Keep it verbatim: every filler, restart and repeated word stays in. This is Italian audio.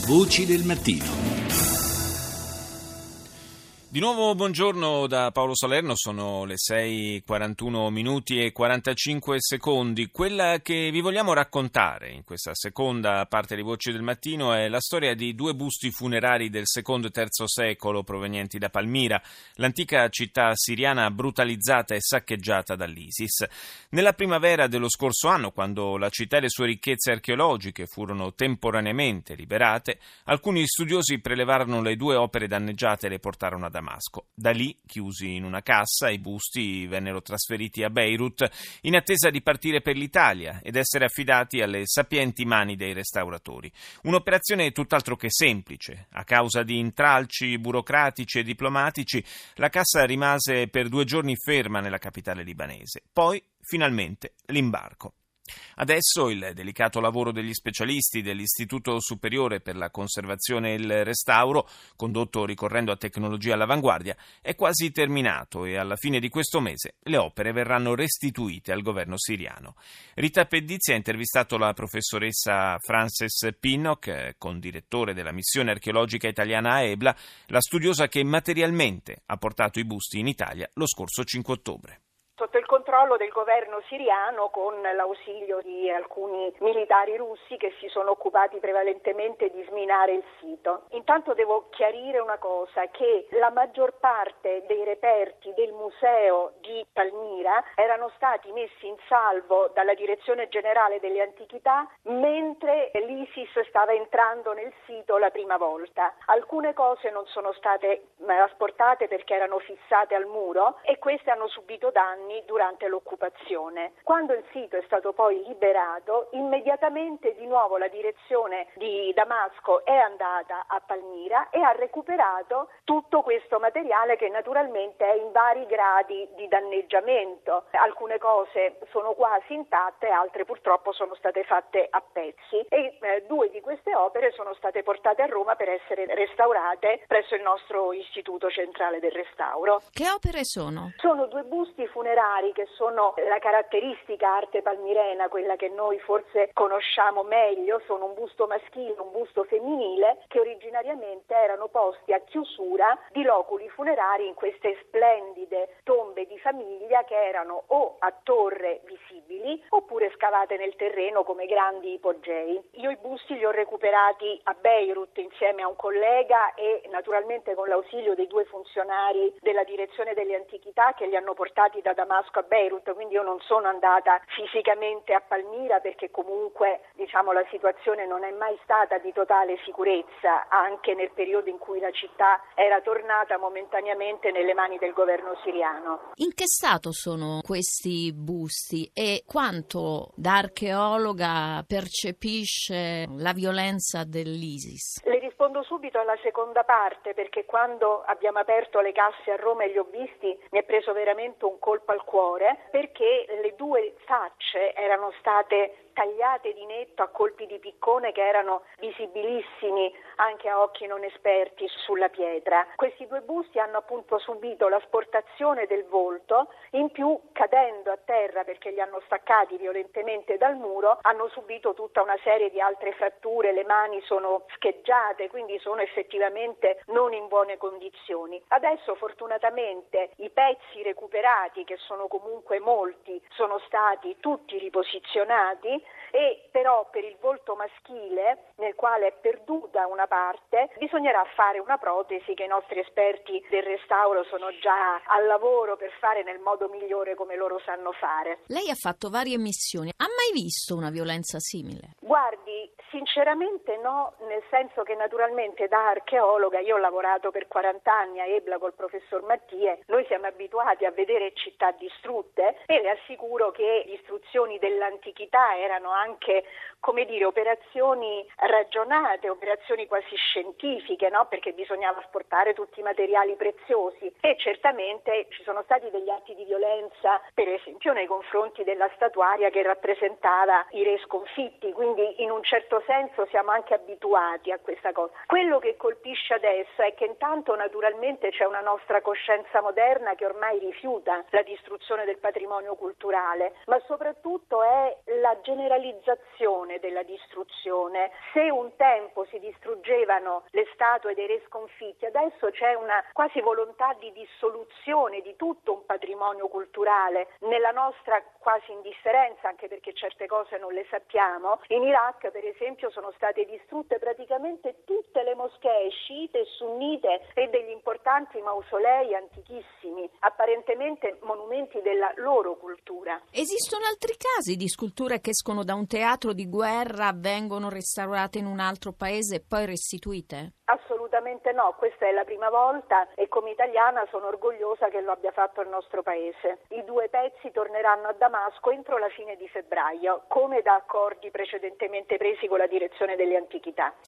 Voci del mattino. Di nuovo buongiorno da Paolo Salerno, sono le sei e quarantuno minuti e quarantacinque secondi. Quella che vi vogliamo raccontare in questa seconda parte di Voci del Mattino è la storia di due busti funerari del secondo e terzo secolo provenienti da Palmira, l'antica città siriana brutalizzata e saccheggiata dall'ISIS. Nella primavera dello scorso anno, quando la città e le sue ricchezze archeologiche furono temporaneamente liberate, alcuni studiosi prelevarono le due opere danneggiate e le portarono a Damasco. Da lì, chiusi in una cassa, i busti vennero trasferiti a Beirut in attesa di partire per l'Italia ed essere affidati alle sapienti mani dei restauratori. Un'operazione tutt'altro che semplice. A causa di intralci burocratici e diplomatici, la cassa rimase per due giorni ferma nella capitale libanese. Poi, finalmente, l'imbarco. Adesso il delicato lavoro degli specialisti dell'Istituto Superiore per la Conservazione e il Restauro, condotto ricorrendo a tecnologie all'avanguardia, è quasi terminato e alla fine di questo mese le opere verranno restituite al governo siriano. Rita Pedizzi ha intervistato la professoressa Frances Pinnock, condirettore della missione archeologica italiana a Ebla, la studiosa che materialmente ha portato i busti in Italia lo scorso cinque ottobre. Sotto il controllo del governo siriano, con l'ausilio di alcuni militari russi che si sono occupati prevalentemente di sminare il sito. Intanto devo chiarire una cosa, che la maggior parte dei reperti del museo di Palmira erano stati messi in salvo dalla Direzione Generale delle Antichità mentre l'ISIS stava entrando nel sito la prima volta. Alcune cose non sono state trasportate perché erano fissate al muro e queste hanno subito danni durante l'occupazione. Quando il sito è stato poi liberato, immediatamente di nuovo la direzione di Damasco è andata a Palmira e ha recuperato tutto questo materiale che naturalmente è in vari gradi di danneggiamento. Alcune cose sono quasi intatte, altre purtroppo sono state fatte a pezzi e eh, due di queste opere sono state portate a Roma per essere restaurate presso il nostro Istituto Centrale del Restauro. Che opere sono? Sono due busti funerari che sono la caratteristica arte palmirena, quella che noi forse conosciamo meglio. Sono un busto maschile e un busto femminile che originariamente erano posti a chiusura di loculi funerari in queste splendide tombe di famiglia che erano o a torre visibili oppure scavate nel terreno come grandi ipogei. Io i busti li ho recuperati a Beirut insieme a un collega e naturalmente con l'ausilio dei due funzionari della Direzione delle Antichità che li hanno portati da Damasco a Beirut, quindi io non sono andata fisicamente a Palmira perché comunque diciamo la situazione non è mai stata di totale sicurezza anche nel periodo in cui la città era tornata momentaneamente nelle mani del governo siriano. In che stato sono questi busti e quanto da archeologa percepisce la violenza dell'ISIS? Le rispondo subito alla seconda parte perché quando abbiamo aperto le casse a Roma e li ho visti mi è preso veramente un colpo al cuore perché le due facce erano state tagliate di netto a colpi di piccone che erano visibilissimi anche a occhi non esperti sulla pietra. Questi due busti hanno appunto subito l'asportazione del volto, in più cadendo a terra perché li hanno staccati violentemente dal muro, hanno subito tutta una serie di altre fratture, le mani sono scheggiate, quindi sono effettivamente non in buone condizioni. Adesso fortunatamente i pezzi recuperati, che sono comunque molti, sono stati tutti riposizionati e però per il volto maschile, nel quale è perduta una parte, bisognerà fare una protesi che i nostri esperti del restauro sono già al lavoro per fare nel modo migliore come loro sanno fare. Lei ha fatto varie missioni, ha mai visto una violenza simile? Guardi, sinceramente no, nel senso che naturalmente da archeologa, io ho lavorato per quaranta anni a Ebla col professor Mattie, noi siamo abituati a vedere città distrutte e le assicuro che le distruzioni dell'antichità erano anche, come dire, operazioni ragionate, operazioni quasi scientifiche, no? Perché bisognava asportare tutti i materiali preziosi e certamente ci sono stati degli atti di violenza, per esempio nei confronti della statuaria che rappresentava i re sconfitti, quindi in un certo senso siamo anche abituati a questa cosa. Quello che colpisce adesso è che intanto naturalmente c'è una nostra coscienza moderna che ormai rifiuta la distruzione del patrimonio culturale, ma soprattutto è la generalizzazione valorizzazione della distruzione. Se un tempo si distruggevano le statue dei re sconfitti, adesso c'è una quasi volontà di dissoluzione di tutto un patrimonio culturale. Nella nostra quasi indifferenza, anche perché certe cose non le sappiamo, in Iraq per esempio sono state distrutte praticamente tutte le moschee sciite e sunnite e degli importanti mausolei antichissimi, apparentemente monumenti della loro cultura. Esistono altri casi di sculture che escono da un teatro di guerra, vengono restaurate in un altro paese e poi restituite? Assolutamente no, questa è la prima volta e come italiana sono orgogliosa che lo abbia fatto il nostro paese. I due pezzi torneranno a Damasco entro la fine di febbraio, come da accordi precedentemente presi con la direzione delle antichità.